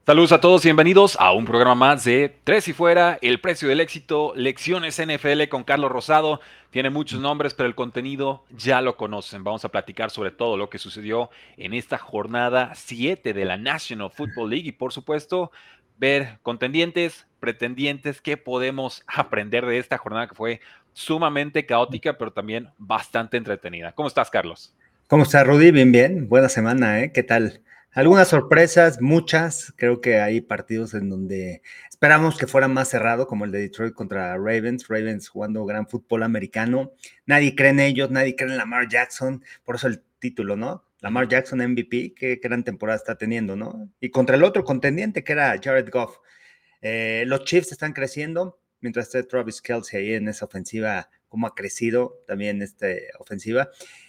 Saludos a todos y bienvenidos a un programa más de Tres y Fuera, el precio del éxito, lecciones NFL con Carlos Rosado. Tiene muchos nombres, pero el contenido ya lo conocen. Vamos a platicar sobre todo lo que sucedió en esta jornada 7 de la National Football League y por supuesto ver contendientes, pretendientes, qué podemos aprender de esta jornada que fue sumamente caótica, pero también bastante entretenida. ¿Cómo estás, Carlos? ¿Cómo está, Rudy? Bien, bien. Buena semana, ¿eh? ¿Qué tal? Uf, Algunas sorpresas, muchas. Creo que hay partidos en donde esperamos que fuera más cerrado, como el de Detroit contra Ravens. Ravens jugando gran fútbol americano. Nadie cree en ellos, nadie cree en Lamar Jackson. Por eso el título, ¿no? Lamar ujú. Jackson MVP, qué gran temporada está teniendo, ¿no? Y contra el otro contendiente que era Jared Goff. Los Chiefs están creciendo, mientras está Travis Kelce ahí en esa ofensiva, cómo ha crecido también esta ofensiva.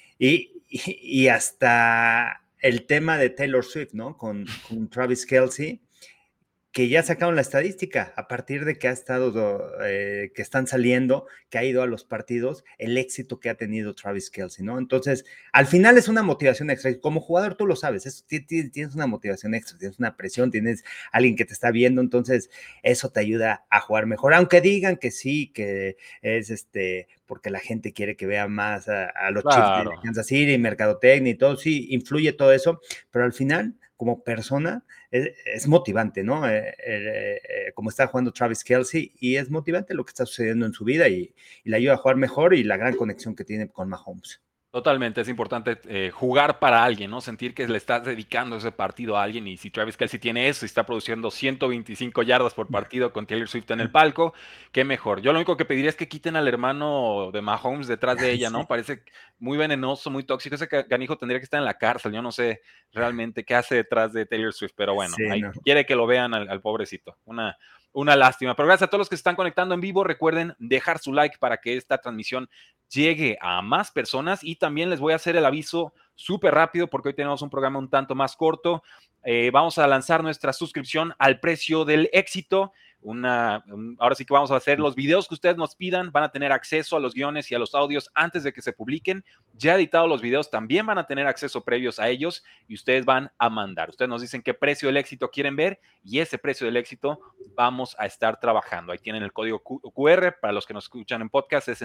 Y hasta el tema de Taylor Swift, ¿no? Con Travis Kelce, que ya sacaron la estadística, a partir de que ha estado, que están saliendo, que ha ido a los partidos, el éxito que ha tenido Travis Kelce, ¿no? Entonces, al final es una motivación extra. Como jugador, tú lo sabes, tienes una motivación extra, tienes una presión, tienes alguien que te está viendo, entonces eso te ayuda a jugar mejor. Aunque digan que sí, que es porque la gente quiere que vea más a los Chiefs de Claro. Kansas City, mercadotecnia y todo, sí, influye todo eso, pero al final, como persona, es motivante, ¿no? Como está jugando Travis Kelce, y es motivante lo que está sucediendo en su vida y le ayuda a jugar mejor y la gran conexión que tiene con Mahomes. Totalmente, es importante jugar para alguien, ¿no? Sentir que le estás dedicando ese partido a alguien y si Travis Kelce tiene eso y está produciendo 125 yardas por partido con Taylor Swift en el palco, qué mejor. Yo lo único que pediría es que quiten al hermano de Mahomes detrás de ella, ¿no? Sí, Parece muy venenoso, muy tóxico. Ese canijo tendría que estar en la cárcel. Yo no sé realmente qué hace detrás de Taylor Swift, pero bueno, sí, ahí no. quiere que lo vean al pobrecito. Una lástima. Pero gracias a todos los que se están conectando en vivo. Recuerden dejar su like para que esta transmisión llegue a más personas y también les voy a hacer el aviso súper rápido porque hoy tenemos un programa un tanto más corto. Vamos a lanzar nuestra suscripción al precio del éxito. Ahora sí que vamos a hacer los videos que ustedes nos pidan, van a tener acceso a los guiones y a los audios antes de que se publiquen. Ya editados los videos también van a tener acceso previos a ellos y ustedes van a mandar. Ustedes nos dicen qué precio del éxito quieren ver y ese precio del éxito vamos a estar trabajando. Ahí tienen el código QR para los que nos escuchan en podcast, es en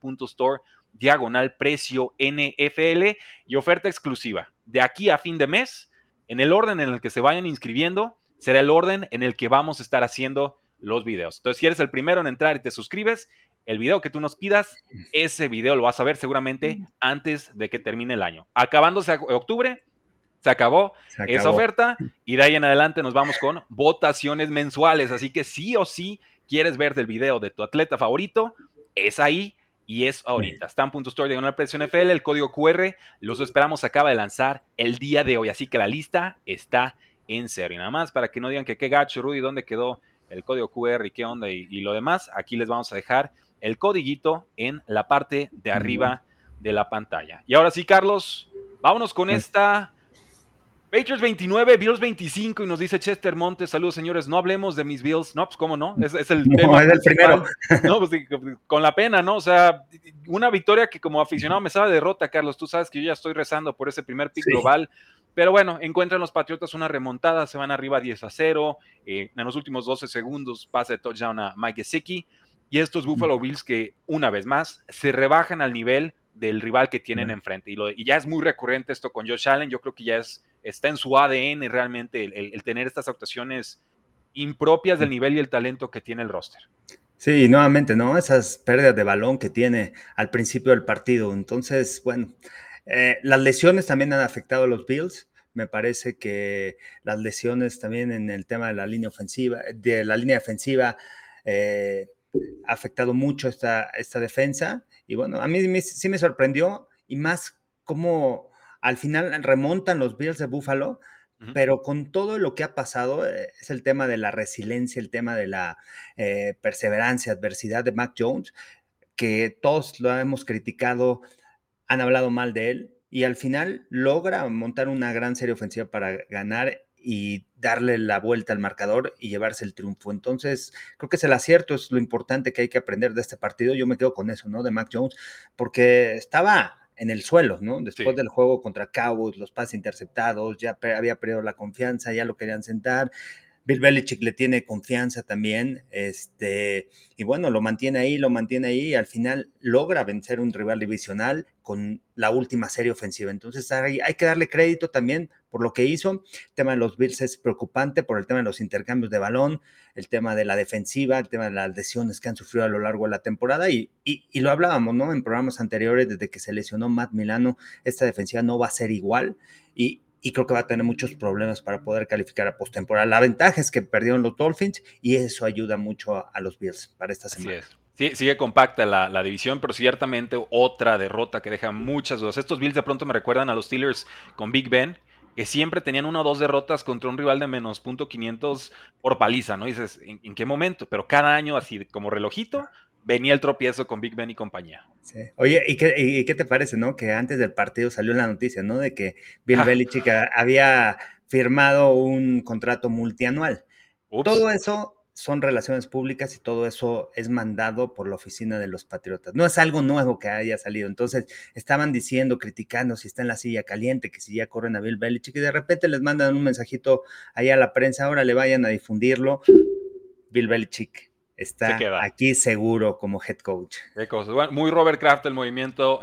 stan.store/precio NFL y oferta exclusiva. De aquí a fin de mes, en el orden en el que se vayan inscribiendo, será el orden en el que vamos a estar haciendo los videos. Entonces, si eres el primero en entrar y te suscribes, el video que tú nos pidas, ese video lo vas a ver seguramente antes de que termine el año. Acabándose octubre, se acabó Se esa acabó. oferta y de ahí en adelante nos vamos con votaciones mensuales. Así que sí o sí quieres ver del video de tu atleta favorito, es ahí y es ahorita. Stan.store diagonal precio NFL, el código QR, los esperamos, se acaba de lanzar el día de hoy. Así que la lista está en serio. Y nada más para que no digan que qué gacho, Rudy, dónde quedó el código QR y qué onda y lo demás, aquí les vamos a dejar el codiguito en la parte de arriba de la pantalla. Y ahora sí, Carlos, vámonos con esta Patriots 29, Bills 25 y nos dice Chester Montes, saludos señores, no hablemos de mis Bills, no, pues cómo no, es el No, tema es el primero. principal, no, pues con la pena, ¿no? O sea, una victoria que como aficionado me sabe derrota, Carlos, tú sabes que yo ya estoy rezando por ese primer pick Sí. global, pero bueno, encuentran los Patriotas una remontada, se van arriba 10-0, en los últimos 12 segundos pasa de touchdown a Mike Gesicki, y estos Buffalo Bills que una vez más se rebajan al nivel del rival que tienen enfrente. Y ya es muy recurrente esto con Josh Allen. Yo creo que ya está en su ADN realmente el tener estas actuaciones impropias del nivel y el talento que tiene el roster. Sí, nuevamente, ¿no? Esas pérdidas de balón que tiene al principio del partido. Entonces, bueno, las lesiones también han afectado a los Bills. Me parece que las lesiones también en el tema de la línea ofensiva, de la línea defensiva, eh, ha afectado mucho esta defensa. Y bueno, a mí sí me sorprendió y más cómo al final remontan los Bills de Buffalo, Uh -huh. pero con todo lo que ha pasado, es el tema de la resiliencia, el tema de la perseverancia, adversidad de Mac Jones, que todos lo hemos criticado, han hablado mal de él y al final logra montar una gran serie ofensiva para ganar y darle la vuelta al marcador y llevarse el triunfo. Entonces, creo que es el acierto, es lo importante que hay que aprender de este partido. Yo me quedo con eso, ¿no? De Mac Jones, porque estaba en el suelo, ¿no? Después Sí. del juego contra Cowboys, los pases interceptados, ya había perdido la confianza, ya lo querían sentar. Bill Belichick le tiene confianza también, y bueno, lo mantiene ahí, y al final logra vencer un rival divisional con la última serie ofensiva. Entonces hay que darle crédito también por lo que hizo. El tema de los Bills es preocupante por el tema de los intercambios de balón, el tema de la defensiva, el tema de las lesiones que han sufrido a lo largo de la temporada, y lo hablábamos, ¿no? En programas anteriores, desde que se lesionó Matt Milano, esta defensiva no va a ser igual, y creo que va a tener muchos problemas para poder calificar a postemporada. La ventaja es que perdieron los Dolphins y eso ayuda mucho a los Bills para esta Así semana. es. Sí, sigue compacta la división, pero ciertamente otra derrota que deja muchas dudas. Estos Bills de pronto me recuerdan a los Steelers con Big Ben, que siempre tenían una o dos derrotas contra un rival de menos .500 por paliza, ¿no? Y dices, ¿en qué momento? Pero cada año, así como relojito, venía el tropiezo con Big Ben y compañía. Sí. Oye, ¿y qué te parece, no? Que antes del partido salió la noticia, ¿no? De que Bill Ah, Belichick había firmado un contrato multianual. ups. Todo eso son relaciones públicas y todo eso es mandado por la oficina de los Patriotas. No es algo nuevo que haya salido. Entonces, estaban diciendo, criticando si está en la silla caliente, que si ya corren a Bill Belichick, y de repente les mandan un mensajito ahí a la prensa, ahora le vayan a difundirlo. Bill Belichick Se está queda. aquí seguro como head coach. Qué cosas. Bueno, muy Robert Kraft el movimiento.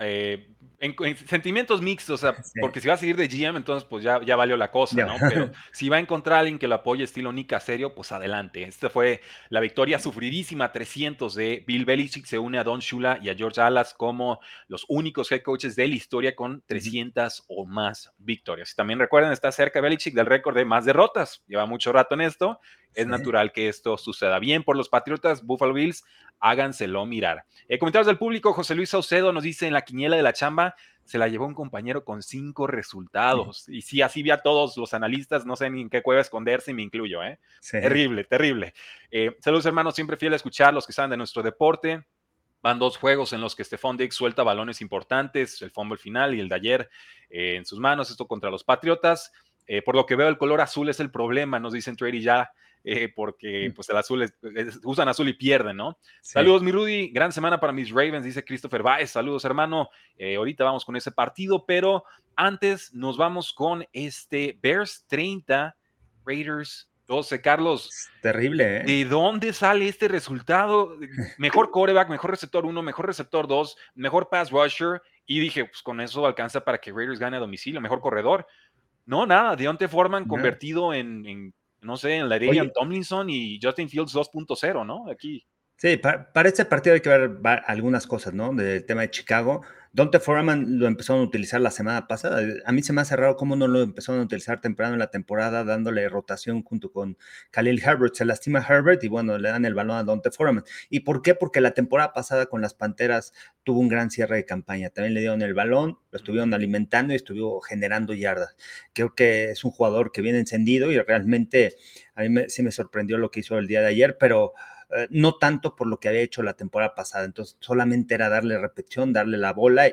En sentimientos mixtos, o sea, Sí, porque si va a seguir de GM, entonces pues ya valió la cosa, ya. ¿no? Pero si va a encontrar a alguien que lo apoye estilo Nick Caserio, pues adelante. Esta fue la victoria sufridísima 300 de Bill Belichick. Se une a Don Shula y a George Alas como los únicos head coaches de la historia con 300 o más victorias. Y también recuerden, está cerca Belichick del récord de más derrotas. Lleva mucho rato en esto. Es Sí. natural que esto suceda. Bien por los Patriotas, Buffalo Bills, háganselo mirar. Comentarios del público, José Luis Saucedo nos dice: en la quiniela de la chamba se la llevó un compañero con 5 resultados. Y sí, así vi a todos los analistas, no sé ni en qué cueva esconderse, y me incluyo, ¿eh? Sí. Terrible, terrible. Saludos, hermanos, siempre fiel a escuchar los que saben de nuestro deporte. Van 2 juegos en los que Stephon Diggs suelta balones importantes, el fumble final y el de ayer en sus manos, esto contra los Patriotas. Por lo que veo, el color azul es el problema, nos dicen Trady ya, porque pues el azul usan azul y pierden, ¿no? Sí. Saludos, mi Rudy, gran semana para mis Ravens, dice Christopher Baez. Saludos, hermano. Ahorita vamos con ese partido, pero antes nos vamos con este Bears 30, Raiders 12. Carlos, Terrible, ¿eh? ¿de dónde sale este resultado? Mejor quarterback, mejor receptor 1, mejor receptor 2, mejor pass rusher. Y dije, pues con eso alcanza para que Raiders gane a domicilio, mejor corredor. No, nada, Deontay Foreman No. convertido en no sé, en la Darian Oye, Tomlinson y Justin Fields 2.0, ¿no? Aquí. sí, para este partido hay que ver algunas cosas, ¿no? Del tema de Chicago. Dante Foreman lo empezaron a utilizar la semana pasada. A mí se me hace raro cómo no lo empezaron a utilizar temprano en la temporada, dándole rotación junto con Khalil Herbert. Se lastima Herbert y bueno, le dan el balón a Dante Foreman. ¿Y por qué? Porque la temporada pasada con las Panteras tuvo un gran cierre de campaña. También le dieron el balón, lo estuvieron alimentando y estuvo generando yardas. Creo que es un jugador que viene encendido y realmente a mí sí me sorprendió lo que hizo el día de ayer, pero no tanto por lo que había hecho la temporada pasada. Entonces, solamente era darle repetición, darle la bola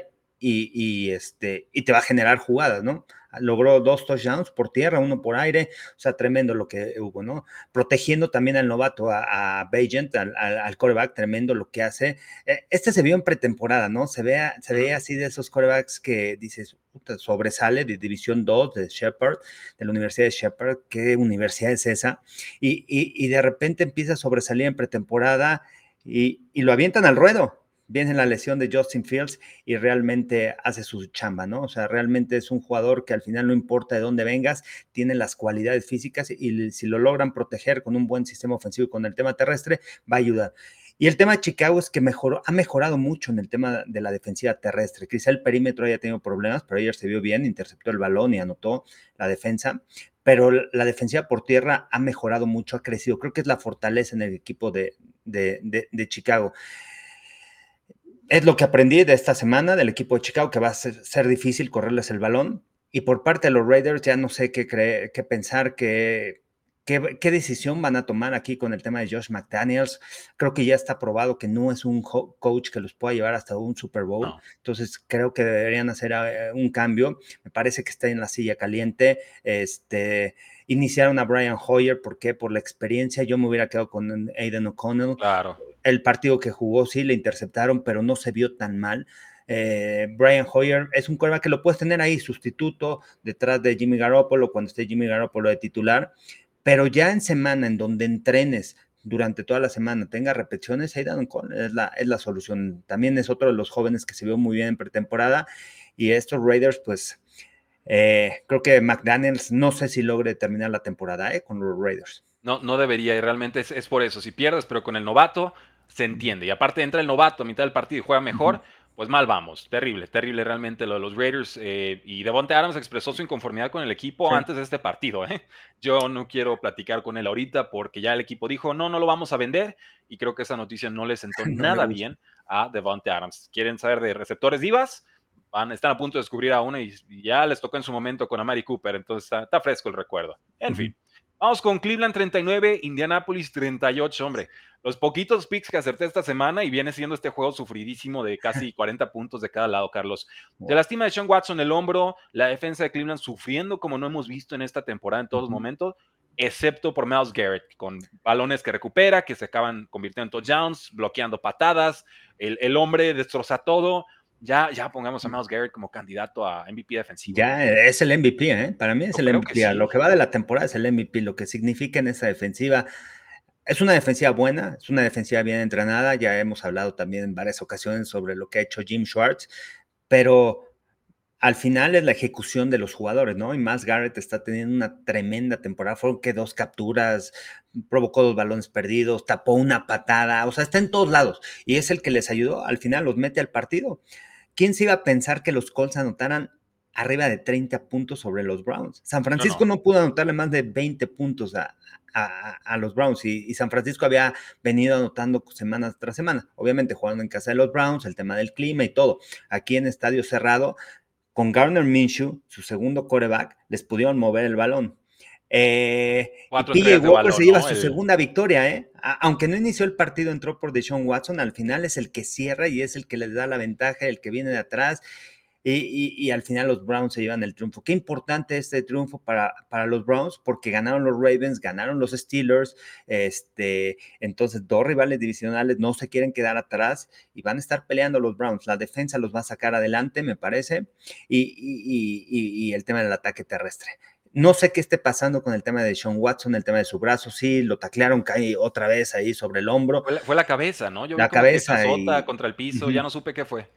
y te va a generar jugadas, ¿no? Logró 2 touchdowns por tierra, 1 por aire, o sea, tremendo lo que hubo, ¿no? Protegiendo también al novato, a Bagent, al quarterback, tremendo lo que hace. Este se vio en pretemporada, ¿no? Se ve así de esos quarterbacks que dices, puta, sobresale de División 2 de Shepherd, de la Universidad de Shepherd. ¿Qué universidad es esa? Y de repente empieza a sobresalir en pretemporada y lo avientan al ruedo. Viene la lesión de Justin Fields y realmente hace su chamba, ¿no? O sea, realmente es un jugador que al final no importa de dónde vengas, tiene las cualidades físicas y si lo logran proteger con un buen sistema ofensivo y con el tema terrestre, va a ayudar. Y el tema de Chicago es que ha mejorado mucho en el tema de la defensiva terrestre. Quizá el perímetro haya tenido problemas, pero ayer se vio bien, interceptó el balón y anotó la defensa. Pero la defensiva por tierra ha mejorado mucho, ha crecido. Creo que es la fortaleza en el equipo de Chicago. Es lo que aprendí de esta semana del equipo de Chicago, que va a ser difícil correrles el balón. Y por parte de los Raiders ya no sé qué pensar, qué decisión van a tomar aquí con el tema de Josh McDaniels. Creo que ya está probado que no es un coach que los pueda llevar hasta un Super Bowl. No. Entonces creo que deberían hacer un cambio. Me parece que está en la silla caliente. Iniciaron a Brian Hoyer. ¿Por qué? Por la experiencia. Yo me hubiera quedado con Aiden O'Connell. Claro. El partido que jugó sí le interceptaron, pero no se vio tan mal. Brian Hoyer es un quarterback que lo puedes tener ahí, sustituto detrás de Jimmy Garoppolo cuando esté Jimmy Garoppolo de titular, pero ya en semana, en donde entrenes durante toda la semana, tenga repeticiones, Aidan O'Connell es la solución. También es otro de los jóvenes que se vio muy bien en pretemporada, y estos Raiders, pues, creo que McDaniels no sé si logre terminar la temporada con los Raiders. No, no debería, y realmente es por eso. Si pierdes, pero con el novato, se entiende. Y aparte entra el novato a mitad del partido y juega mejor, pues mal vamos. Terrible, terrible realmente lo de los Raiders. Y Devontae Adams expresó su inconformidad con el equipo Sí. antes de este partido. Yo no quiero platicar con él ahorita porque ya el equipo dijo, no, no lo vamos a vender. Y creo que esa noticia no le sentó No le nada gusta. bien a Devontae Adams. ¿Quieren saber de receptores divas? Están a punto de descubrir a una y ya les tocó en su momento con Amari Cooper. Entonces está fresco el recuerdo. En fin. Vamos con Cleveland 39, Indianapolis 38, hombre. Los poquitos picks que acerté esta semana y viene siendo este juego sufridísimo de casi 40 puntos de cada lado, Carlos. Se lastima de Sean Watson el hombro, la defensa de Cleveland sufriendo como no hemos visto en esta temporada en todos los momentos, excepto por Myles Garrett, con balones que recupera, que se acaban convirtiendo en touchdowns, bloqueando patadas, el hombre destroza todo. Ya pongamos a Myles Garrett como candidato a MVP defensivo. Ya es el MVP, Para mí es Yo el creo que MVP. A lo sí. que va de la temporada es el MVP, lo que significa en esa defensiva. Es una defensiva buena, es una defensiva bien entrenada. Ya hemos hablado también en varias ocasiones sobre lo que ha hecho Jim Schwartz, pero al final es la ejecución de los jugadores, ¿no? Y Myles Garrett está teniendo una tremenda temporada. Fueron que 2 capturas, provocó 2 balones perdidos, tapó una patada, o sea, está en todos lados. Y es el que les ayudó, al final los mete al partido. ¿Quién se iba a pensar que los Colts anotaran arriba de 30 puntos sobre los Browns? San Francisco no pudo anotarle más de 20 puntos a los Browns, y San Francisco había venido anotando semana tras semana, obviamente jugando en casa de los Browns, el tema del clima y todo. Aquí en estadio cerrado, con Gardner Minshew, su segundo quarterback, les pudieron mover el balón. Y 4 PJ entregas de Walker se balón, lleva ¿no? su segunda victoria, Aunque no inició el partido, entró por Deshaun Watson, al final es el que cierra y es el que les da la ventaja, el que viene de atrás, y al final los Browns se llevan el triunfo. Qué importante este triunfo para los Browns, porque ganaron los Ravens, ganaron los Steelers, entonces 2 rivales divisionales no se quieren quedar atrás y van a estar peleando los Browns. La defensa los va a sacar adelante, me parece, y el tema del ataque terrestre. No sé qué esté pasando con el tema de Sean Watson, el tema de su brazo. Sí, lo taclearon, cae otra vez ahí sobre el hombro. Fue la cabeza, ¿no? Yo vi La como que se cabeza azota contra el piso, ya no supe qué fue.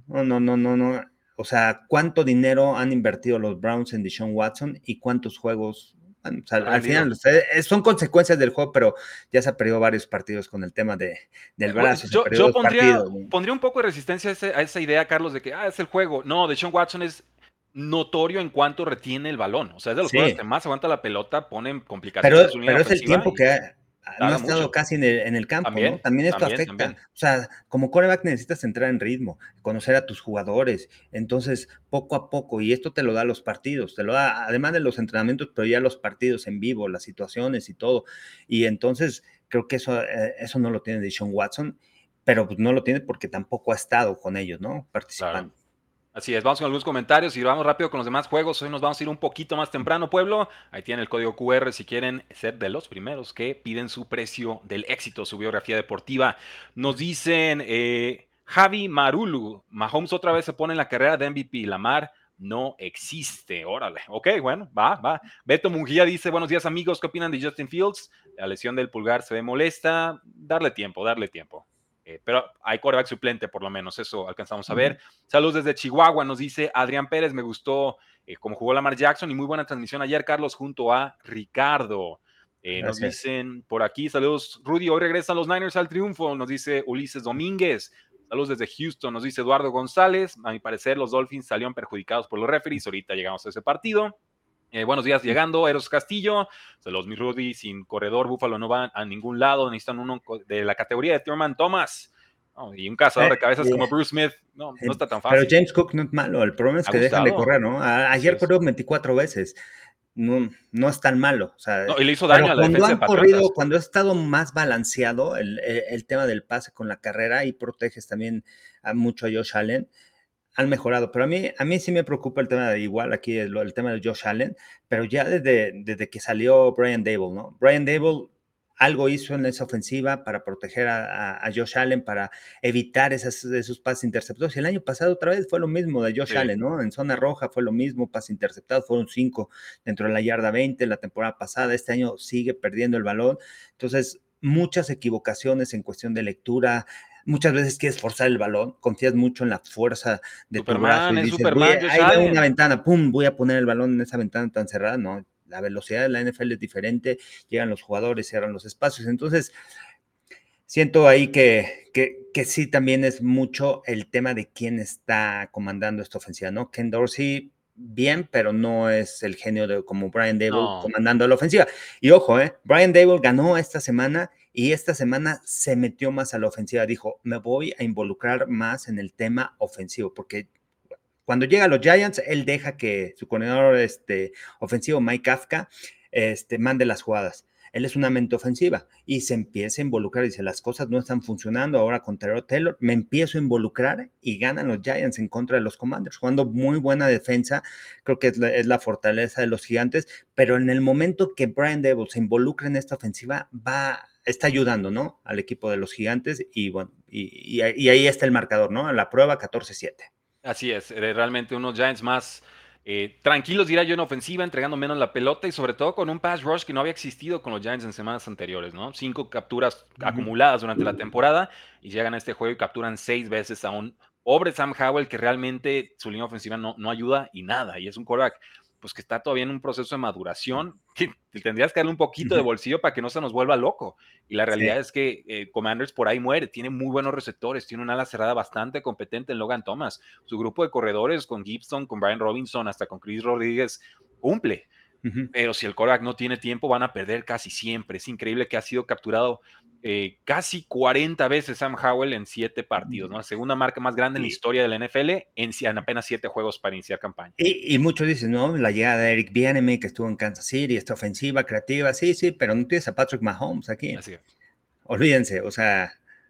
No. O sea, ¿cuánto dinero han invertido los Browns en Deshaun Watson y cuántos juegos? Bueno, o sea, al final son consecuencias del juego, pero ya se ha perdido varios partidos con el tema del brazo. Yo pondría un poco de resistencia a esa idea, Carlos, de que es el juego. No, Deshaun Watson es notorio en cuanto retiene el balón. O sea, es de los jugadores que más aguanta la pelota, ponen complicaciones en su línea pero es el ofensiva tiempo y que no ha estado mucho. casi en el campo, ¿no? También esto afecta. También. O sea, como quarterback necesitas entrar en ritmo, conocer a tus jugadores. Entonces, poco a poco, y esto te lo da los partidos, te lo da, además de los entrenamientos, pero ya los partidos en vivo, las situaciones y todo. Y entonces, creo que eso no lo tiene Deshaun Watson, pero pues no lo tiene porque tampoco ha estado con ellos, ¿no? Participando. Claro. Así es, vamos con algunos comentarios y vamos rápido con los demás juegos. Hoy nos vamos a ir un poquito más temprano, pueblo. Ahí tienen el código QR si quieren ser de los primeros que piden su precio del éxito, su biografía deportiva. Nos dicen Javi Marulu, Mahomes otra vez se pone en la carrera de MVP, Lamar no existe, órale. Ok, bueno, va. Beto Mungía dice, buenos días amigos, ¿qué opinan de Justin Fields? La lesión del pulgar se ve molesta, darle tiempo. Pero hay quarterback suplente, por lo menos, eso alcanzamos a ver. Saludos desde Chihuahua, nos dice Adrián Pérez, me gustó cómo jugó Lamar Jackson y muy buena transmisión ayer, Carlos, junto a Ricardo. Nos dicen por aquí, saludos, Rudy, hoy regresan los Niners al triunfo, nos dice Ulises Domínguez. Saludos desde Houston, nos dice Eduardo González. A mi parecer, los Dolphins salieron perjudicados por los referees. Ahorita llegamos a ese partido. Buenos días, llegando, Eros Castillo. Los mi Rudy, sin corredor, Búfalo no va a ningún lado. Necesitan uno de la categoría de Thurman Thomas. Y un cazador de cabezas como Bruce Smith. No está tan fácil. Pero James Cook no es malo. El problema es que dejan de correr, ¿no? Ayer corrió 24 veces. No es tan malo. O sea, y le hizo daño a la defensa de Patriotas. Cuando ha estado más balanceado el tema del pase con la carrera y proteges también mucho a Josh Allen, han mejorado. Pero a mí sí me preocupa el tema aquí el tema de Josh Allen, pero ya desde que salió Brian Daboll, ¿no? Brian Daboll algo hizo en esa ofensiva para proteger a Josh Allen, para evitar esos pases interceptados. Y el año pasado otra vez fue lo mismo de Josh Allen, ¿no? En zona roja fue lo mismo, pases interceptados, fueron 5 dentro de la yarda 20 la temporada pasada. Este año sigue perdiendo el balón. Entonces, muchas equivocaciones en cuestión de lectura. Muchas veces quieres forzar el balón, confías mucho en la fuerza de tu brazo y dices, Josh ahí veo Allen. una ventana, pum, voy a poner el balón en esa ventana tan cerrada. No, la velocidad de la NFL es diferente, llegan los jugadores, cierran los espacios. Entonces, siento ahí que sí también es mucho el tema de quién está comandando esta ofensiva, ¿no? Ken Dorsey, bien, pero no es el genio como Brian Daboll comandando la ofensiva. Y ojo, Brian Daboll ganó esta semana y esta semana se metió más a la ofensiva. Dijo, me voy a involucrar más en el tema ofensivo, porque cuando llega a los Giants, él deja que su coordinador ofensivo, Mike Kafka, mande las jugadas. Él es una mente ofensiva y se empieza a involucrar. Dice, las cosas no están funcionando ahora con Tyrod Taylor. Me empiezo a involucrar y ganan los Giants en contra de los Commanders, jugando muy buena defensa. Creo que es la fortaleza de los Gigantes, pero en el momento que Brian Daboll se involucra en esta ofensiva, está ayudando, ¿no? Al equipo de los Gigantes y bueno, y ahí está el marcador, ¿no? A la prueba 14-7. Así es, realmente unos Giants más tranquilos, diría yo, en ofensiva, entregando menos la pelota y sobre todo con un pass rush que no había existido con los Giants en semanas anteriores, ¿no? 5 capturas acumuladas durante la temporada y llegan a este juego y capturan 6 veces a un pobre Sam Howell que realmente su línea ofensiva no ayuda y nada, y es un quarterback pues que está todavía en un proceso de maduración, que tendrías que darle un poquito de bolsillo para que no se nos vuelva loco. Y la realidad es que Commanders por ahí muere, tiene muy buenos receptores, tiene una ala cerrada bastante competente en Logan Thomas. Su grupo de corredores con Gibson, con Brian Robinson, hasta con Chris Rodríguez, cumple. Pero si el quarterback no tiene tiempo, van a perder casi siempre. Es increíble que ha sido capturado casi 40 veces Sam Howell en 7 partidos, ¿no? La segunda marca más grande en la historia de la NFL en apenas 7 juegos para iniciar campaña. Y muchos dicen, no, la llegada de Eric Bieniemy, que estuvo en Kansas City, esta ofensiva, creativa, sí, pero no tienes a Patrick Mahomes aquí. Así es. Olvídense, o sea,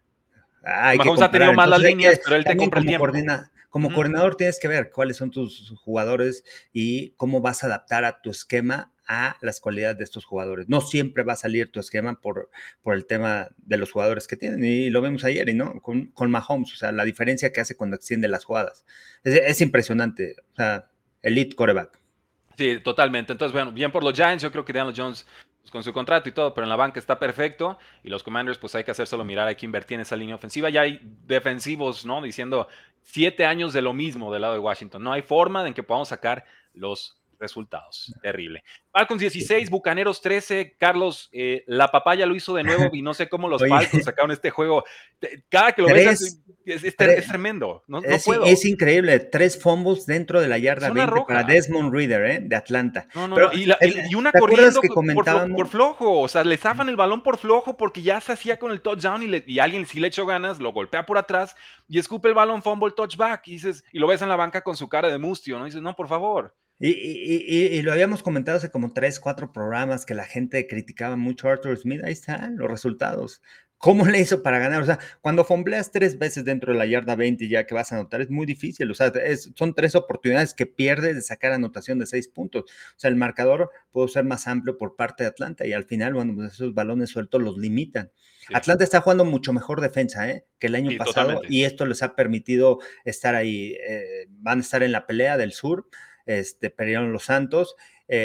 hay Mahomes que ha tenido más las líneas, pero él te compra el tiempo. Como coordinador tienes que ver cuáles son tus jugadores y cómo vas a adaptar a tu esquema a las cualidades de estos jugadores. No siempre va a salir tu esquema por el tema de los jugadores que tienen, y lo vemos ayer, ¿no? Con Mahomes, o sea, la diferencia que hace cuando extiende las jugadas. Es impresionante, o sea, elite quarterback. Sí, totalmente. Entonces, bueno, bien por los Giants, yo creo que Daniel Jones pues, con su contrato y todo, pero en la banca está perfecto. Y los Commanders, pues hay que hacérselo mirar, hay que invertir en esa línea ofensiva. Ya hay defensivos, ¿no? Diciendo 7 años de lo mismo del lado de Washington. No hay forma en que podamos sacar los resultados. Terrible. Falcons 16, Bucaneros 13. Carlos, la papaya lo hizo de nuevo y no sé cómo los Falcons sacaron este juego. Cada que lo ves es tremendo. No puedo. Es increíble. 3 fumbles dentro de la yarda 20 para Desmond Ridder, de Atlanta. No. Y una corriendo por flojo. O sea, le zafan el balón por flojo porque ya se hacía con el touchdown y alguien sí le echó ganas, lo golpea por atrás y escupe el balón, fumble, touchback. Y lo ves en la banca con su cara de mustio, ¿no? Y dices, no, por favor. Y lo habíamos comentado hace como 3, 4 programas que la gente criticaba mucho a Arthur Smith. Ahí están los resultados. ¿Cómo le hizo para ganar? O sea, cuando fombleas 3 veces dentro de la yarda 20 ya que vas a anotar, es muy difícil. O sea, son 3 oportunidades que pierdes de sacar anotación de 6 puntos. O sea, el marcador puede ser más amplio por parte de Atlanta y al final, bueno, pues esos balones sueltos los limitan. Sí. Atlanta está jugando mucho mejor defensa que el año pasado, totalmente. Y esto les ha permitido estar ahí. Van a estar en la pelea del sur. Perdieron los Santos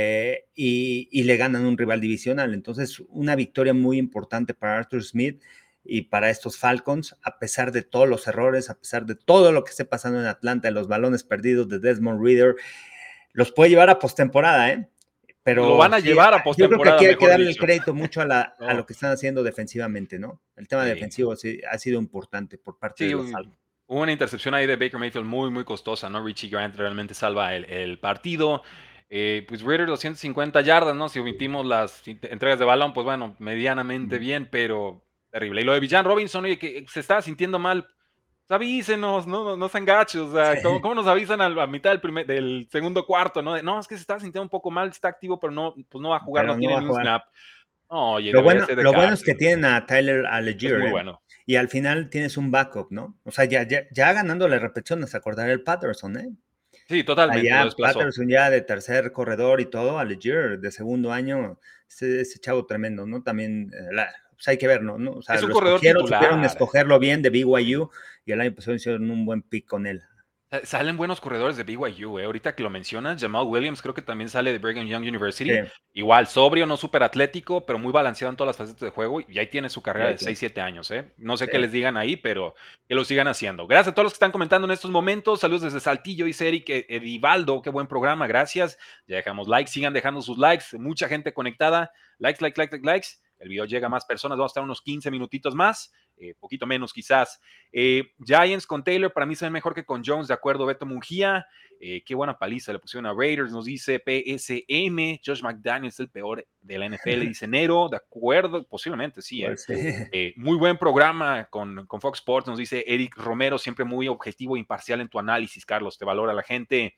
y le ganan un rival divisional. Entonces, una victoria muy importante para Arthur Smith y para estos Falcons, a pesar de todos los errores, a pesar de todo lo que esté pasando en Atlanta, de los balones perdidos de Desmond Ridder, los puede llevar a postemporada, pero lo van a llevar a postemporada. Yo creo que aquí hay que darle el crédito mucho a lo que están haciendo defensivamente, ¿no? El tema defensivo sí, ha sido importante por parte de los Falcons. Hubo una intercepción ahí de Baker Mayfield muy, muy costosa, ¿no? Richie Grant realmente salva el partido. Pues Ridder 250 yardas, ¿no? Si omitimos las entregas de balón, pues bueno, medianamente bien, pero terrible. Y lo de Villan Robinson, oye, que se estaba sintiendo mal, pues avísenos, no sean gachos, o sea, ¿cómo nos avisan a mitad del segundo cuarto, ¿no? No, es que se está sintiendo un poco mal, está activo, pero no va a jugar, pero no tiene ni un snap. No, oye, lo bueno es que tienen a Tyler Algier. Es muy bueno. Y al final tienes un backup, ¿no? O sea, ya ganando la repetición, nos acordará el Patterson, Sí, totalmente, lo Allá desplazó. Patterson ya de tercer corredor y todo, Algier de segundo año, ese chavo tremendo, ¿no? También, pues hay que verlo, ¿no? O sea, Es un lo corredor escogieron, supieron titular. escogerlo bien de BYU y el año pasado hicieron un buen pick con él. Salen buenos corredores de BYU, ahorita que lo mencionas, Jamal Williams creo que también sale de Brigham Young Sí, University. Igual, sobrio, no súper atlético, pero muy balanceado en todas las facetas de juego. Y ahí tiene su y carrera ahí de tiene. 6 7 años, ¿eh? No sé Sí. qué les digan ahí, pero que lo sigan haciendo. Gracias a todos los que están comentando en estos momentos. Saludos desde Saltillo, dice Eric Edivaldo. Qué buen programa, gracias. Ya dejamos likes, sigan dejando sus likes. Mucha gente conectada. Likes, likes, likes, likes. El video llega a más personas. Vamos a estar unos 15 minutitos más. Poquito menos quizás. Giants con Taylor, para mí se ve mejor que con Jones, de acuerdo, Beto Mungía. Qué buena paliza le pusieron a Raiders, nos dice PSM. Josh McDaniels es el peor de la NFL, dice Nero, de acuerdo, posiblemente sí, Pues sí. muy buen programa con Fox Sports, nos dice Eric Romero, siempre muy objetivo e imparcial en tu análisis, Carlos, te valora la gente.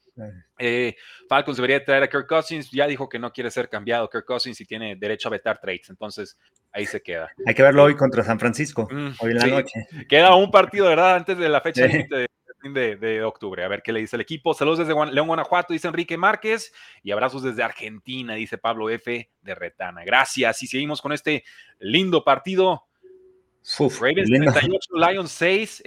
Falcons debería traer a Kirk Cousins, ya dijo que no quiere ser cambiado Kirk Cousins y tiene derecho a vetar trades, entonces ahí se queda. Hay que verlo hoy contra San Francisco, hoy en la Sí, noche. queda un partido, ¿verdad? Antes de la fecha Sí. límite de octubre. A ver qué le dice el equipo. Saludos desde León, Guanajuato, dice Enrique Márquez. Y abrazos desde Argentina, dice Pablo F. de Retana. Gracias. Y seguimos con este lindo partido. Uf, Ravens lindo. 38, Lions 6.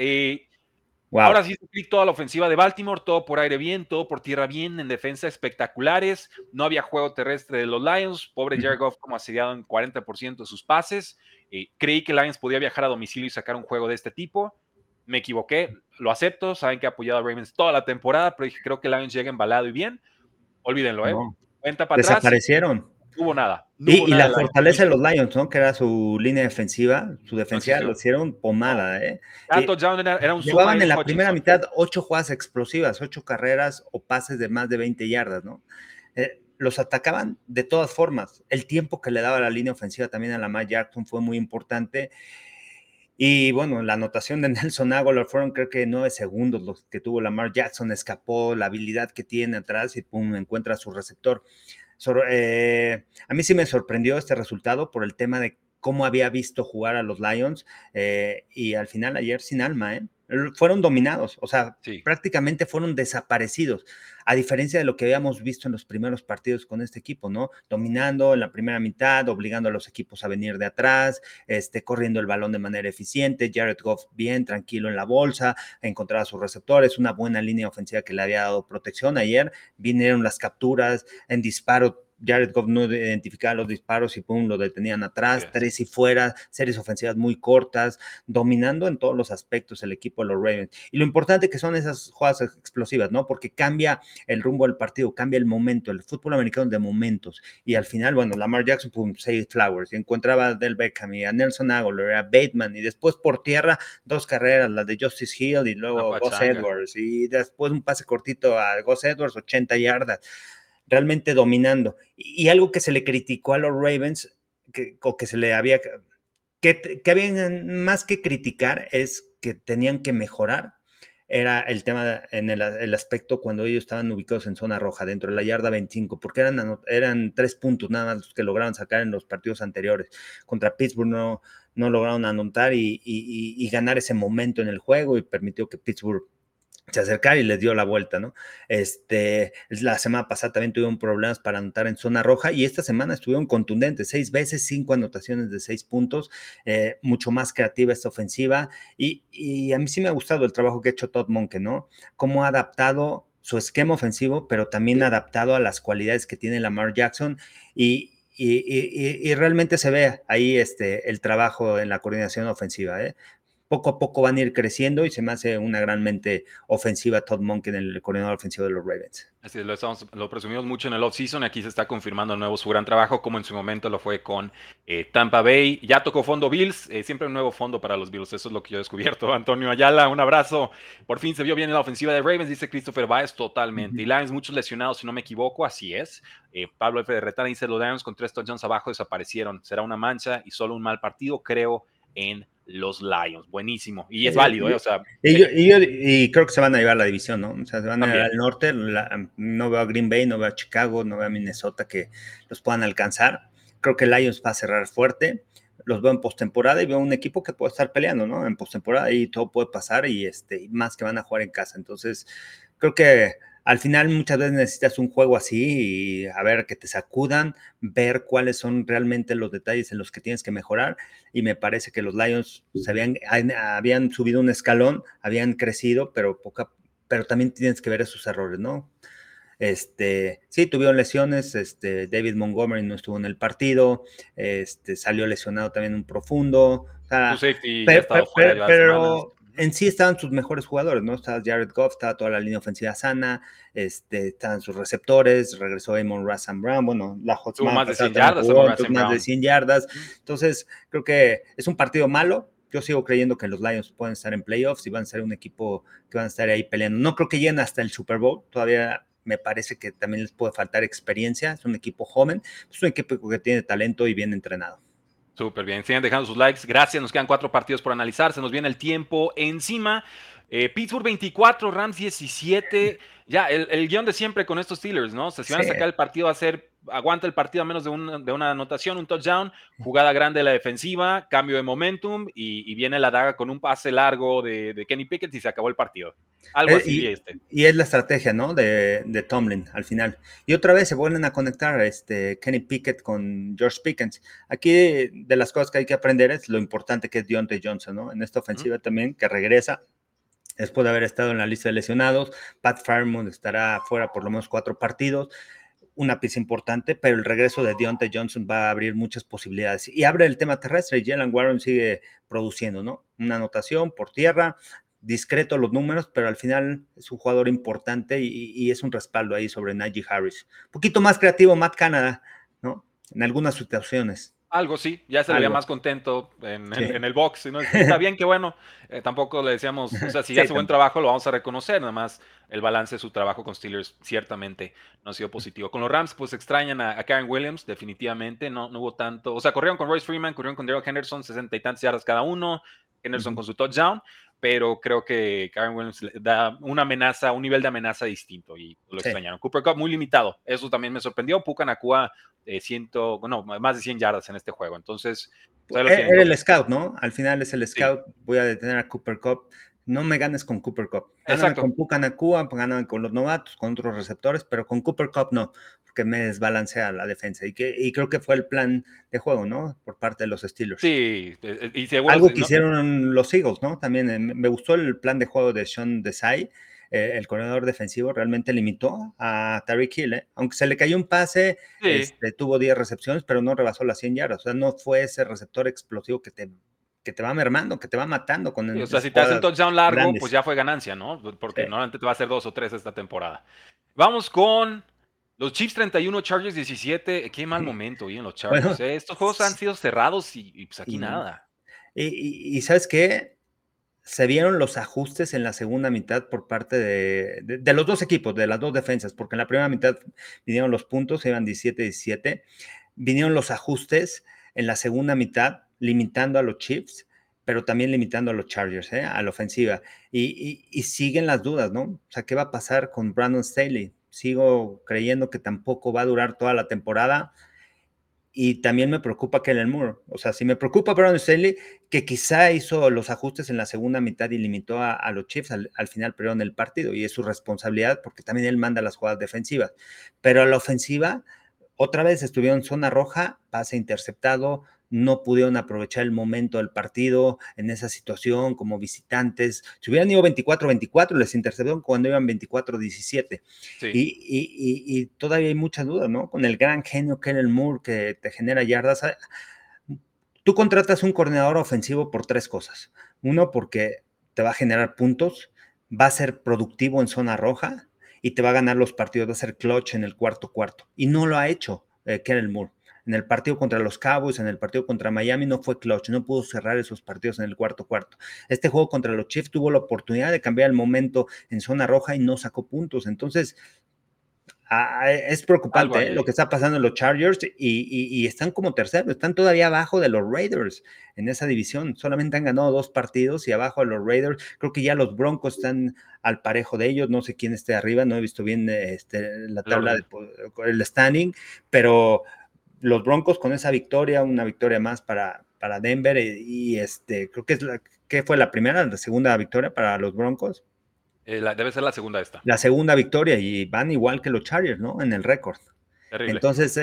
Wow. Ahora sí se toda la ofensiva de Baltimore, todo por aire bien, todo por tierra bien, en defensa espectaculares. No había juego terrestre de los Lions. Pobre Jared Goff como asediado en 40% de sus pases. Creí que Lions podía viajar a domicilio y sacar un juego de este tipo. Me equivoqué, lo acepto. Saben que he apoyado a Ravens toda la temporada, pero dije, creo que Lions llega embalado y bien. Olvídenlo, ¿eh? No. Cuenta para atrás y Desaparecieron. no hubo nada. No hubo Y nada la de Lions. fortaleza de los Lions, ¿no? Que era su línea defensiva, su No defensiva, lo existió. hicieron No. pomada, ¿eh? Cada touchdown era un Zuma y Llevaban un en la primera Hutchinson. mitad 8 jugadas explosivas, 8 carreras o pases de más de 20 yardas, ¿no? Los atacaban de todas formas. El tiempo que le daba la línea ofensiva también a Lamar Jackson fue muy importante. Y bueno, la anotación de Nelson Aguilar fueron creo que 9 segundos los que tuvo Lamar Jackson, escapó, la habilidad que tiene atrás y pum, encuentra a su receptor. A mí sí me sorprendió este resultado por el tema de cómo había visto jugar a los Lions y al final ayer sin alma, fueron dominados, o sea, Sí. prácticamente fueron desaparecidos, a diferencia de lo que habíamos visto en los primeros partidos con este equipo, ¿no? Dominando en la primera mitad, obligando a los equipos a venir de atrás, corriendo el balón de manera eficiente, Jared Goff bien, tranquilo en la bolsa, encontrar a sus receptores, una buena línea ofensiva que le había dado protección. Ayer vinieron las capturas en disparo, Jared Goff no identificaba los disparos y pum, lo detenían atrás, 3 y fuera, series ofensivas muy cortas, dominando en todos los aspectos el equipo de los Ravens. Y lo importante que son esas jugadas explosivas, ¿no? Porque cambia el rumbo del partido, cambia el momento, el fútbol americano de momentos. Y al final, bueno, Lamar Jackson, pum, 6 Flowers, y encontraba a Del Beckham y a Nelson Aguilar, a Bateman, y después por tierra, 2 carreras, la de Justice Hill y luego Gus Edwards, y después un pase cortito a Gus Edwards, 80 yardas realmente dominando. Y algo que se le criticó a los Ravens, o que se le había, que habían más que criticar, es que tenían que mejorar, era el tema en el aspecto cuando ellos estaban ubicados en zona roja, dentro de la yarda 25, porque eran 3 puntos nada más los que lograron sacar en los partidos anteriores. Contra Pittsburgh no lograron anotar y ganar ese momento en el juego y permitió que Pittsburgh se acercara y les dio la vuelta, ¿no? La semana pasada también tuvieron problemas para anotar en zona roja y esta semana estuvieron contundentes, 6 veces, 5 anotaciones de 6 puntos, mucho más creativa esta ofensiva y a mí sí me ha gustado el trabajo que ha hecho Todd Monken, ¿no? Cómo ha adaptado su esquema ofensivo, pero también adaptado a las cualidades que tiene Lamar Jackson y realmente se ve ahí el trabajo en la coordinación ofensiva, ¿eh? Poco a poco van a ir creciendo y se me hace una gran mente ofensiva Todd Monken, el coordinador ofensivo de los Ravens. Así es, lo presumimos mucho en el off-season. Aquí se está confirmando de nuevo su gran trabajo, como en su momento lo fue con Tampa Bay. Ya tocó fondo Bills, siempre un nuevo fondo para los Bills. Eso es lo que yo he descubierto. Antonio Ayala, un abrazo. Por fin se vio bien en la ofensiva de Ravens, dice Christopher Baez, totalmente. Y Lions, muchos lesionados, si no me equivoco, así es. Pablo F. de Retana dice: los Lions con 3 touchdowns abajo desaparecieron. Será una mancha y solo un mal partido, creo, en los Lions. Buenísimo. Y es válido, o sea. Y creo que se van a llevar la división, ¿no? O sea, se van a ir También. al norte. No veo a Green Bay, no veo a Chicago, no veo a Minnesota que los puedan alcanzar. Creo que Lions va a cerrar fuerte. Los veo en postemporada y veo un equipo que puede estar peleando, ¿no? En postemporada y todo puede pasar y más que van a jugar en casa. Entonces, creo que al final muchas veces necesitas un juego así y a ver que te sacudan, ver cuáles son realmente los detalles en los que tienes que mejorar. Y me parece que los Lions habían subido un escalón, habían crecido, pero también tienes que ver esos errores, ¿no? Sí, tuvieron lesiones, David Montgomery no estuvo en el partido, salió lesionado también un profundo, o Su sea, safety ya ha estado fuera de varias semanas. pero en sí estaban sus mejores jugadores, ¿no? Estaba Jared Goff, estaba toda la línea ofensiva sana, estaban sus receptores, regresó Amon Razan Brown, bueno, la Tuvo semana más de pasada 100 también yardas en jugó, Racing entonces más de Brown. 100 yardas, entonces creo que es un partido malo. Yo sigo creyendo que los Lions pueden estar en playoffs y van a ser un equipo que van a estar ahí peleando. No creo que lleguen hasta el Super Bowl, todavía me parece que también les puede faltar experiencia, es un equipo joven, es un equipo que tiene talento y bien entrenado. Súper bien, sigan dejando sus likes, gracias, nos quedan 4 partidos por analizar, se nos viene el tiempo encima. Pittsburgh 24, Rams 17, ya el guión de siempre con estos Steelers, ¿no? O sea, si van a Sí. sacar el partido aguanta el partido a menos de una anotación, un touchdown, jugada grande de la defensiva, cambio de momentum y viene la daga con un pase largo de Kenny Pickett y se acabó el partido. Algo así vi Y es la estrategia, ¿no? De Tomlin al final. Y otra vez se vuelven a conectar Kenny Pickett con George Pickens. Aquí de las cosas que hay que aprender es lo importante que es Diontae Johnson, ¿no? En esta ofensiva también, que regresa después de haber estado en la lista de lesionados. Pat Fairmouth estará fuera por lo menos 4 partidos. Una pieza importante, pero el regreso de Diontae Johnson va a abrir muchas posibilidades. Y abre el tema terrestre. Jalen Warren sigue produciendo, ¿no? Una anotación por tierra, discreto los números, pero al final es un jugador importante y es un respaldo ahí sobre Najee Harris. Un poquito más creativo Matt Canada, ¿no? En algunas situaciones. Algo sí, ya se le veía Algo. más contento en, Sí. en el box, ¿no? Y está bien que bueno, tampoco le decíamos, o sea, si Sí, hace buen trabajo lo vamos a reconocer, nada más el balance de su trabajo con Steelers ciertamente no ha sido positivo. Con los Rams, pues extrañan a Karen Williams, definitivamente, no hubo tanto, o sea, corrieron con Royce Freeman, corrieron con Darrell Henderson, 60 y tantas yardas cada uno, Henderson con su touchdown, pero creo que Karen Williams le da una amenaza, un nivel de amenaza distinto y lo sí. extrañaron. Cooper Cup muy limitado, eso también me sorprendió. Puka Nacua, más de 100 yardas en este juego. Entonces, pues ahí lo tienen. Era el scout, ¿no? Al final es el Sí, scout. Voy a detener a Cooper Cup. No me ganes con Cooper Cup. Gáname exacto. con Puka Nacua, gáname con los novatos, con otros receptores, pero con Cooper Cup no, porque me desbalancea la defensa. Y creo que fue el plan de juego, ¿no? Por parte de los Steelers. Sí, y seguro. Algo que No, hicieron los Eagles, ¿no? También me gustó el plan de juego de Sean Desai. El corredor defensivo realmente limitó a Tyreek Hill, ¿eh? Aunque se le cayó un pase, sí. tuvo 10 recepciones, pero no rebasó las 100 yardas. O sea, no fue ese receptor explosivo que te va mermando, que te va matando con Sí, o sea, esas si te hace un jugadas touchdown largo, pues grandes. ya fue ganancia, ¿no? Sí. Porque normalmente te va a hacer 2 o 3 esta temporada. Vamos con los Chiefs 31, Chargers 17. Qué mal momento hoy en los Chargers. Bueno, Estos juegos han sido cerrados y pues aquí y, nada. y ¿sabes qué? Se vieron los ajustes en la segunda mitad por parte de los dos equipos, de las dos defensas, porque en la primera mitad vinieron los puntos, iban 17-17, vinieron los ajustes en la segunda mitad, limitando a los Chiefs, pero también limitando a los Chargers, a la ofensiva. Y siguen las dudas, ¿no? O sea, ¿qué va a pasar con Brandon Staley? Sigo creyendo que tampoco va a durar toda la temporada. Y también me preocupa Kellen Moore. O sea, si me preocupa Brandon Staley, que quizá hizo los ajustes en la segunda mitad y limitó a los Chiefs, al final perdieron el partido y es su responsabilidad porque también él manda las jugadas defensivas. Pero a la ofensiva, otra vez estuvieron en zona roja, pase interceptado, no pudieron aprovechar el momento del partido en esa situación como visitantes. Si hubieran ido 24-24, les interceptaron cuando iban 24-17. Sí. Y todavía hay muchas dudas, ¿no? Con el gran genio Kellen Moore que te genera yardas. Tú contratas un coordinador ofensivo por 3 cosas. Uno, porque te va a generar puntos, va a ser productivo en zona roja y te va a ganar los partidos, va a ser clutch en el cuarto. Y no lo ha hecho Kellen Moore. En el partido contra los Cowboys, en el partido contra Miami, no fue clutch, no pudo cerrar esos partidos en el cuarto. Este juego contra los Chiefs tuvo la oportunidad de cambiar el momento en zona roja y no sacó puntos. Entonces, es Algo preocupante hay lo que ahí. está pasando en los Chargers y están como terceros, están todavía abajo de los Raiders en esa división. Solamente han ganado 2 partidos y abajo de los Raiders. Creo que ya los Broncos están al parejo de ellos. No sé quién esté arriba, no he visto bien la El tabla, orden. el standing, pero los Broncos con esa victoria, una victoria más para Denver creo que que fue la primera, la segunda victoria para los Broncos. Debe ser la segunda esta. La segunda victoria y van igual que los Chargers, ¿no? En el récord. Terrible. Entonces,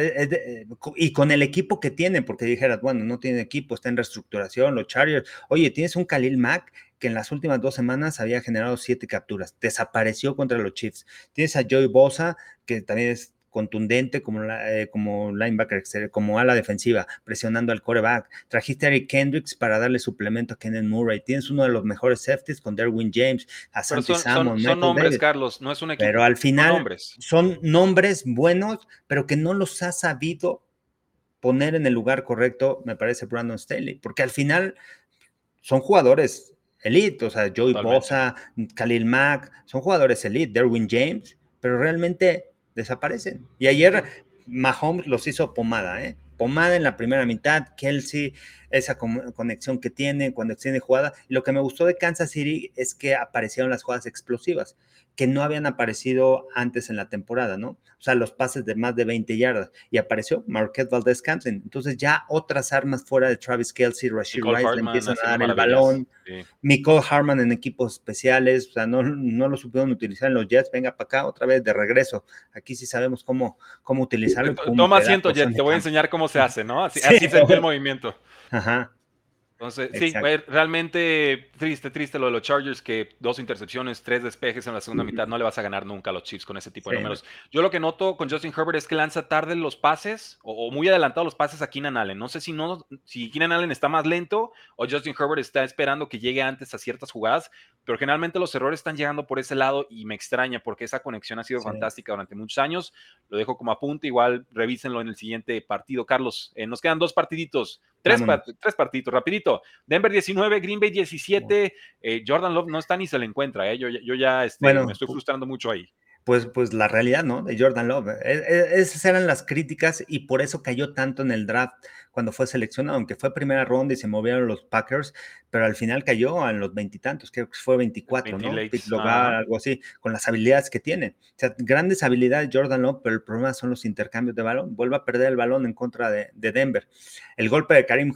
y con el equipo que tienen, porque dijeras, bueno, no tiene equipo, está en reestructuración, los Chargers. Oye, tienes un Khalil Mack que en las últimas 2 semanas había generado 7 capturas, desapareció contra los Chiefs. Tienes a Joey Bosa, que también es contundente como linebacker, como ala defensiva, presionando al quarterback. Trajiste a Eric Kendricks para darle suplemento a Kenneth Murray. Tienes uno de los mejores safeties con Derwin James, a Pero Santi Samuel, son Michael nombres, Davis. Carlos, no es un Pero equipo. al Son final nombres. son nombres buenos, pero que no los ha sabido poner en el lugar correcto, me parece, Brandon Staley, porque al final son jugadores elite, o sea, Joey Totalmente. Bosa, Khalil Mack, son jugadores elite, Derwin James, pero realmente desaparecen. Y ayer Mahomes los hizo pomada, ¿eh? Pomada en la primera mitad, Kelsey, esa conexión que tiene cuando extiende jugada. Y lo que me gustó de Kansas City es que aparecieron las jugadas explosivas, que no habían aparecido antes en la temporada, ¿no? O sea, los pases de más de 20 yardas. Y apareció Marquette Valdez-Scantling. Entonces ya otras armas fuera de Travis Kelce, Rashid Nicole Rice le Hartman empiezan a haciendo dar el maravillas. balón. Sí. Nicole Harman en equipos especiales, o sea, no lo supieron utilizar en los Jets, venga para acá otra vez de regreso. Aquí sí sabemos cómo utilizarlo y pum, Toma te da asiento, posición Jets. Te de voy a campo. enseñar cómo se hace, ¿no? Sí, Así sentí el movimiento. ajá, Entonces, sí, exacto. realmente triste lo de los Chargers, que 2 intercepciones, 3 despejes en la segunda mitad, no le vas a ganar nunca a los Chiefs con ese tipo de Sí, no. números. Yo lo que noto con Justin Herbert es que lanza tarde los pases o muy adelantados los pases a Keenan Allen. No sé si Keenan Allen está más lento o Justin Herbert está esperando que llegue antes a ciertas jugadas, pero generalmente los errores están llegando por ese lado y me extraña porque esa conexión ha sido Sí. fantástica durante muchos años. Lo dejo como apunte, igual revísenlo en el siguiente partido. Carlos, nos quedan 2 partiditos. Vámonos. 3 partiditos, rapidito. Denver 19, Green Bay 17. Jordan Love no está ni se le encuentra. Yo ya me Bueno, estoy frustrando mucho ahí. pues la realidad, ¿no? De Jordan Love. Esas eran las críticas y por eso cayó tanto en el draft cuando fue seleccionado, aunque fue primera ronda y se movieron los Packers, pero al final cayó en los veintitantos, creo que fue 24, 20 ¿no? Pick lates. Logar, algo así, con las habilidades que tiene. O sea, grandes habilidades Jordan Love, pero el problema son los intercambios de balón. Vuelve a perder el balón en contra de Denver. El golpe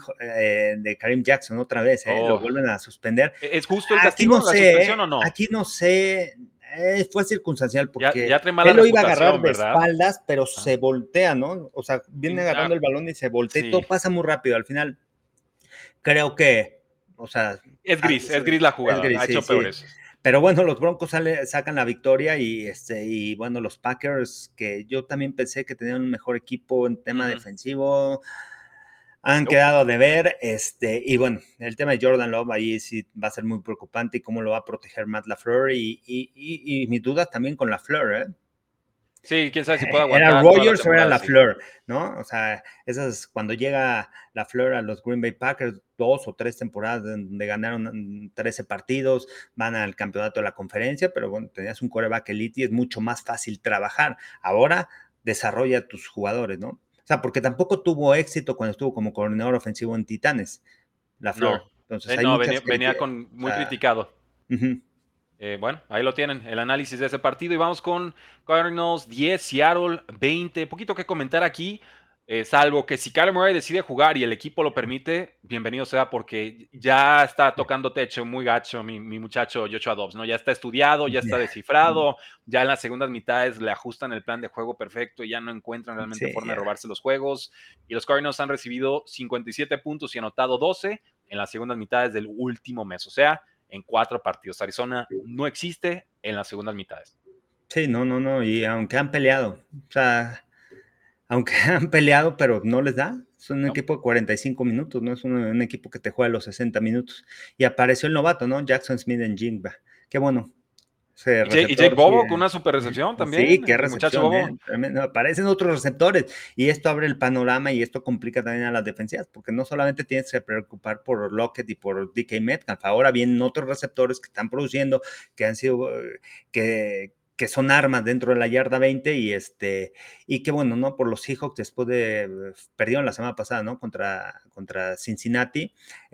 de Karim Jackson otra vez, ¿eh? Lo Oh. vuelven a suspender. ¿Es justo el Aquí no castigo, la sé, suspensión o no? aquí no sé. Fue circunstancial porque Ya trae mala él lo iba a agarrar reputación, de ¿verdad? espaldas, pero Ajá. se voltea, ¿no? O sea, viene agarrando el balón y se voltea y Sí. todo pasa muy rápido. Al final, creo que, o sea, Es gris la es jugada. gris, Ha sí, hecho sí. peores. Pero bueno, los Broncos sacan la victoria y bueno, los Packers, que yo también pensé que tenían un mejor equipo en tema defensivo, han Nope. quedado de ver, y bueno, el tema de Jordan Love ahí sí va a ser muy preocupante y cómo lo va a proteger Matt LaFleur y mis dudas también con LaFleur, ¿eh? Sí, quién sabe si puede ¿Era aguantar toda la Rogers o era temporada así. LaFleur? ¿No? O sea, esas cuando llega LaFleur a los Green Bay Packers, 2 o 3 temporadas donde ganaron 13 partidos, van al campeonato de la conferencia, pero bueno, tenías un quarterback elite y es mucho más fácil trabajar. Ahora desarrolla tus jugadores, ¿no? O sea, porque tampoco tuvo éxito cuando estuvo como coordinador ofensivo en Titanes, LaFleur. No. Entonces hay No, muchas venía críticas. con O muy sea, criticado. uh-huh. Bueno, ahí lo tienen, el análisis de ese partido. Y vamos con Cardinals 10, Seattle 20. Poquito que comentar aquí, salvo que si Kyler Murray decide jugar y el equipo lo permite, bienvenido sea, porque ya está tocando techo muy gacho mi muchacho Joshua Dobbs, ¿no? Ya está estudiado, ya está descifrado, ya en las segundas mitades le ajustan el plan de juego perfecto y ya no encuentran realmente Sí, forma de ya. robarse los juegos. Y los Cardinals han recibido 57 puntos y anotado 12 en las segundas mitades del último mes. O sea, en 4 partidos. Arizona no existe en las segundas mitades. Sí, no, y aunque han peleado, o sea, aunque han peleado, pero no les da. Es un ¿No? equipo de 45 minutos, no es un equipo que te juega los 60 minutos. Y apareció el novato, ¿no? Jackson Smith en Jingba. Qué bueno. Ese Y Jake receptor, sí, Bobo con una super recepción sí, también, qué el muchacho recepción, ¿eh? Bobo. Tremendo. Aparecen otros receptores y esto abre el panorama y esto complica también a las defensivas, porque no solamente tienes que preocupar por Lockett y por DK Metcalf, ahora vienen otros receptores que están produciendo, que han sido, que son armas dentro de la yarda 20 y que bueno, ¿no? Por los Seahawks después perdieron la semana pasada, ¿no? Contra Cincinnati,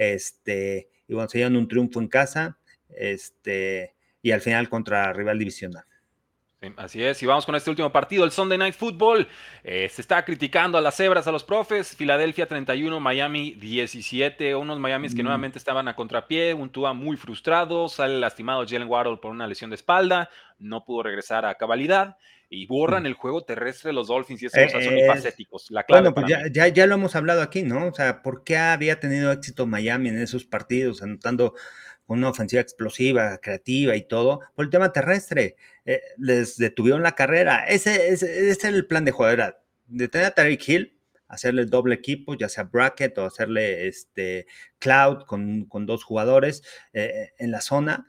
y bueno, se dieron un triunfo en casa, y al final contra rival divisional. Sí, así es, y vamos con este último partido, el Sunday Night Football. Se está criticando a las cebras, a los profes. Filadelfia 31, Miami 17. Unos Miamis que Mm. nuevamente estaban a contrapié. Un Tua muy frustrado. Sale lastimado Jalen Waddle por una lesión de espalda. No pudo regresar a cabalidad. Y borran el juego terrestre de los Dolphins y eso los hace Eh, unifacéticos. La clave bueno, pues para mí. ya lo hemos hablado aquí, ¿no? O sea, ¿por qué había tenido éxito Miami en esos partidos, anotando una ofensiva explosiva, creativa y todo? Por el tema terrestre. Les detuvieron la carrera. Ese era el plan de juego, era detener a Tyreek Hill, hacerle doble equipo, ya sea bracket o hacerle cloud con dos jugadores en la zona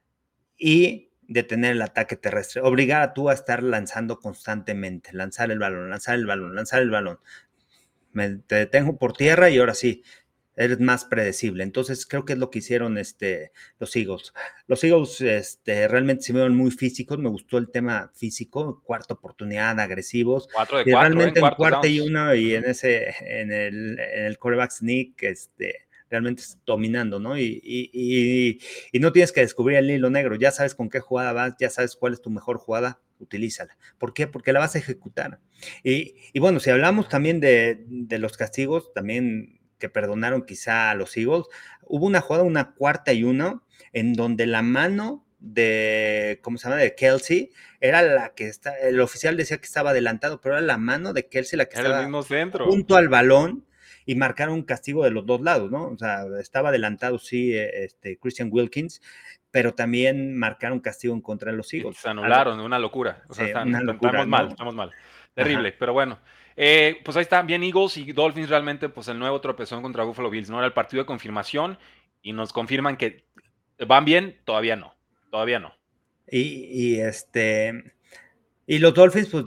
y detener el ataque terrestre, obligar a tú a estar lanzando constantemente, lanzar el balón, lanzar el balón, lanzar el balón. Te detengo por tierra y ahora sí, eres más predecible. Entonces creo que es lo que hicieron los Eagles. Los Eagles realmente se vieron muy físicos, me gustó el tema físico, cuarta oportunidad, agresivos, 4 de y 4 en realmente en cuartos cuarta y downs. uno y Ujú. en el quarterback sneak, realmente dominando, ¿no? Y no tienes que descubrir el hilo negro, ya sabes con qué jugada vas, ya sabes cuál es tu mejor jugada, utilízala. ¿Por qué? Porque la vas a ejecutar. Y bueno, si hablamos también de los castigos, también que perdonaron quizá a los Eagles, hubo una jugada, una cuarta y uno, en donde la mano de, ¿cómo se llama? De Kelsey, era la que está, el oficial decía que estaba adelantado, pero era la mano de Kelsey la que Era el estaba mismo centro. junto al balón y marcaron un castigo de los dos lados, ¿no? O sea, estaba adelantado, sí, Christian Wilkins, pero también marcaron castigo en contra de los Y Eagles. se Algo, anularon, una locura. O sea, sí, una locura, estamos mal, ¿no? estamos mal. Ajá. Terrible, pero bueno. Pues ahí está, bien Eagles y Dolphins realmente, pues el nuevo tropezón contra Buffalo Bills, ¿no? Era el partido de confirmación y nos confirman que van bien, todavía no, todavía no. Y, y, y los Dolphins, pues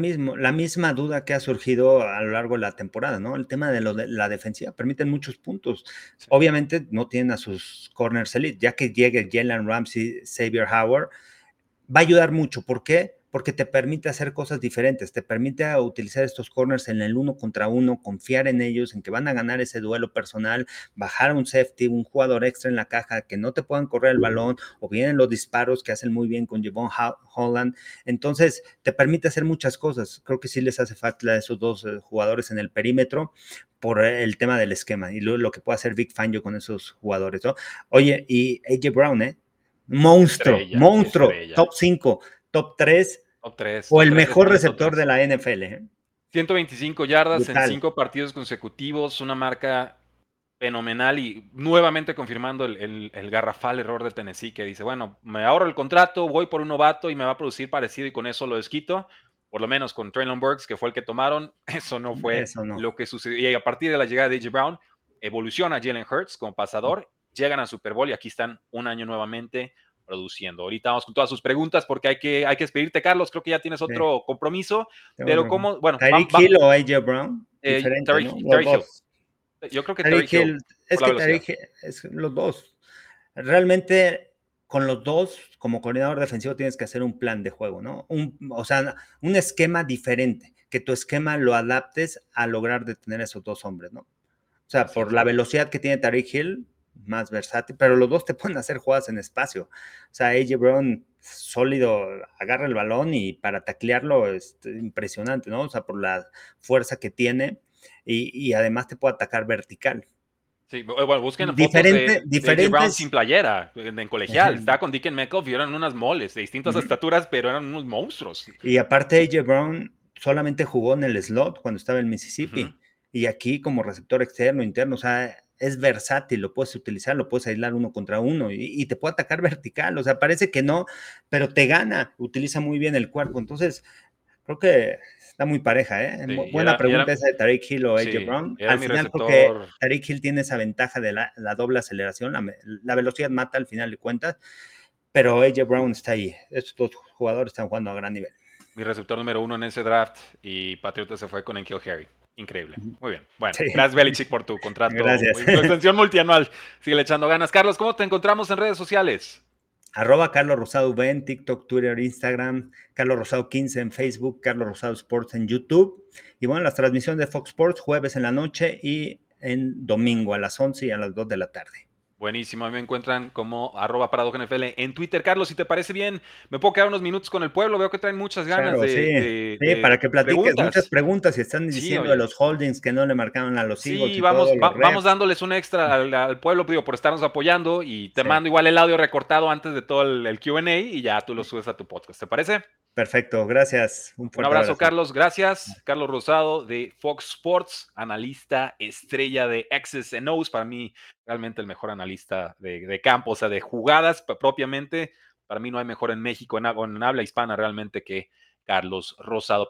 la misma duda que ha surgido a lo largo de la temporada, ¿no? El tema de la defensiva, permiten muchos puntos. Sí. Obviamente no tienen a sus corners elite, ya que llegue Jalen Ramsey, Xavier Howard, va a ayudar mucho. ¿Por qué? Porque te permite hacer cosas diferentes, te permite utilizar estos corners en el uno contra uno, confiar en ellos, en que van a ganar ese duelo personal, bajar a un safety, un jugador extra en la caja, que no te puedan correr el balón, o vienen los disparos que hacen muy bien con Javon Holland. Entonces, te permite hacer muchas cosas. Creo que sí les hace falta a esos dos jugadores en el perímetro por el tema del esquema y lo que puede hacer Vic Fangio con esos jugadores, ¿no? Oye, y AJ Brown, Estrella, monstruo, estrella. top 5, top 3 Top 3, o top el 3, mejor está en el top receptor de 3. la NFL, ¿eh? 125 yardas en Brutal. 5 partidos consecutivos, una marca fenomenal y nuevamente confirmando el garrafal error de Tennessee que dice, bueno, me ahorro el contrato, voy por un novato y me va a producir parecido y con eso lo desquito, por lo menos con Traylon Burks, que fue el que tomaron, eso no fue Eso no. lo que sucedió. Y a partir de la llegada de A.J. Brown, evoluciona Jalen Hurts como pasador, llegan a Super Bowl y aquí están un año nuevamente produciendo. Ahorita vamos con todas sus preguntas porque hay que despedirte, Carlos, creo que ya tienes Sí, otro compromiso, tengo pero otro. como, bueno, Tyreek Hill o AJ Brown, diferente, ¿no? Los Tyreek Hill, dos. yo creo que Tyreek Tyreek Hill, Hill, por es la que velocidad. Tyreek Hill, es los dos. Realmente, con los dos, como coordinador defensivo, tienes que hacer un plan de juego, ¿no? O sea, un esquema diferente, que tu esquema lo adaptes a lograr detener a esos dos hombres, ¿no? O sea, Así por es. la velocidad que tiene Tariq Hill, más versátil, pero los dos te pueden hacer jugadas en espacio. O sea, AJ Brown, sólido, agarra el balón y para taclearlo es impresionante, ¿no? O sea, por la fuerza que tiene y además te puede atacar vertical. Sí, bueno, busquen fotos de A.J. Brown sin Diferentes. playera en colegial. Estaba con Dicken Metcalf y eran unas moles de distintas estaturas, pero eran unos monstruos. Y aparte, AJ Brown solamente jugó en el slot cuando estaba en Ujú. Mississippi. Y aquí, como receptor externo, interno, o sea, es versátil, lo puedes utilizar, lo puedes aislar uno contra uno y te puede atacar vertical. O sea, parece que no, pero te gana, utiliza muy bien el cuerpo. Entonces, creo que está muy pareja, ¿eh? Sí, Buena pregunta esa de Tariq Hill o AJ sí, Brown. era Al mi final, creo que receptor. Tariq Hill tiene esa ventaja de la doble aceleración, la velocidad mata al final de cuentas, pero AJ Brown está ahí. Estos dos jugadores están jugando a gran nivel. Mi receptor número 1 en ese draft y Patriota se fue con N'Keal Harry. Increíble. Muy bien. Bueno, Sí, gracias Belichick por tu contrato gracias. y tu extensión multianual. Sigue echando ganas. Carlos, ¿cómo te encontramos en redes sociales? Carlos Rosado V en TikTok, Twitter, Instagram, Carlos Rosado 15 en Facebook, Carlos Rosado Sports en YouTube. Y bueno, las transmisiones de Fox Sports jueves en la noche y en domingo a las 11 y a las 2 de la tarde. Buenísimo, a mí me encuentran como @ParadojaNFL en Twitter. Carlos, si te parece bien, me puedo quedar unos minutos con el pueblo. Veo que traen muchas ganas Claro, sí, sí, de para que platiques muchas preguntas. preguntas y están Sí, diciendo de oye. los holdings que no le marcaron a los Eagles Sí, y todo, los vamos refs. dándoles un extra al pueblo, digo, por estarnos apoyando y te Sí, mando igual el audio recortado antes de todo el Q&A y ya tú lo subes a tu podcast. ¿Te parece? perfecto, gracias, un Un fuerte abrazo, abrazo. Carlos. Gracias. Carlos Rosado de Fox Sports, analista estrella de X's and O's. Para mí, realmente el mejor analista de campo, o sea, de jugadas propiamente. Para mí no hay mejor en México, en habla hispana realmente que Carlos Rosado.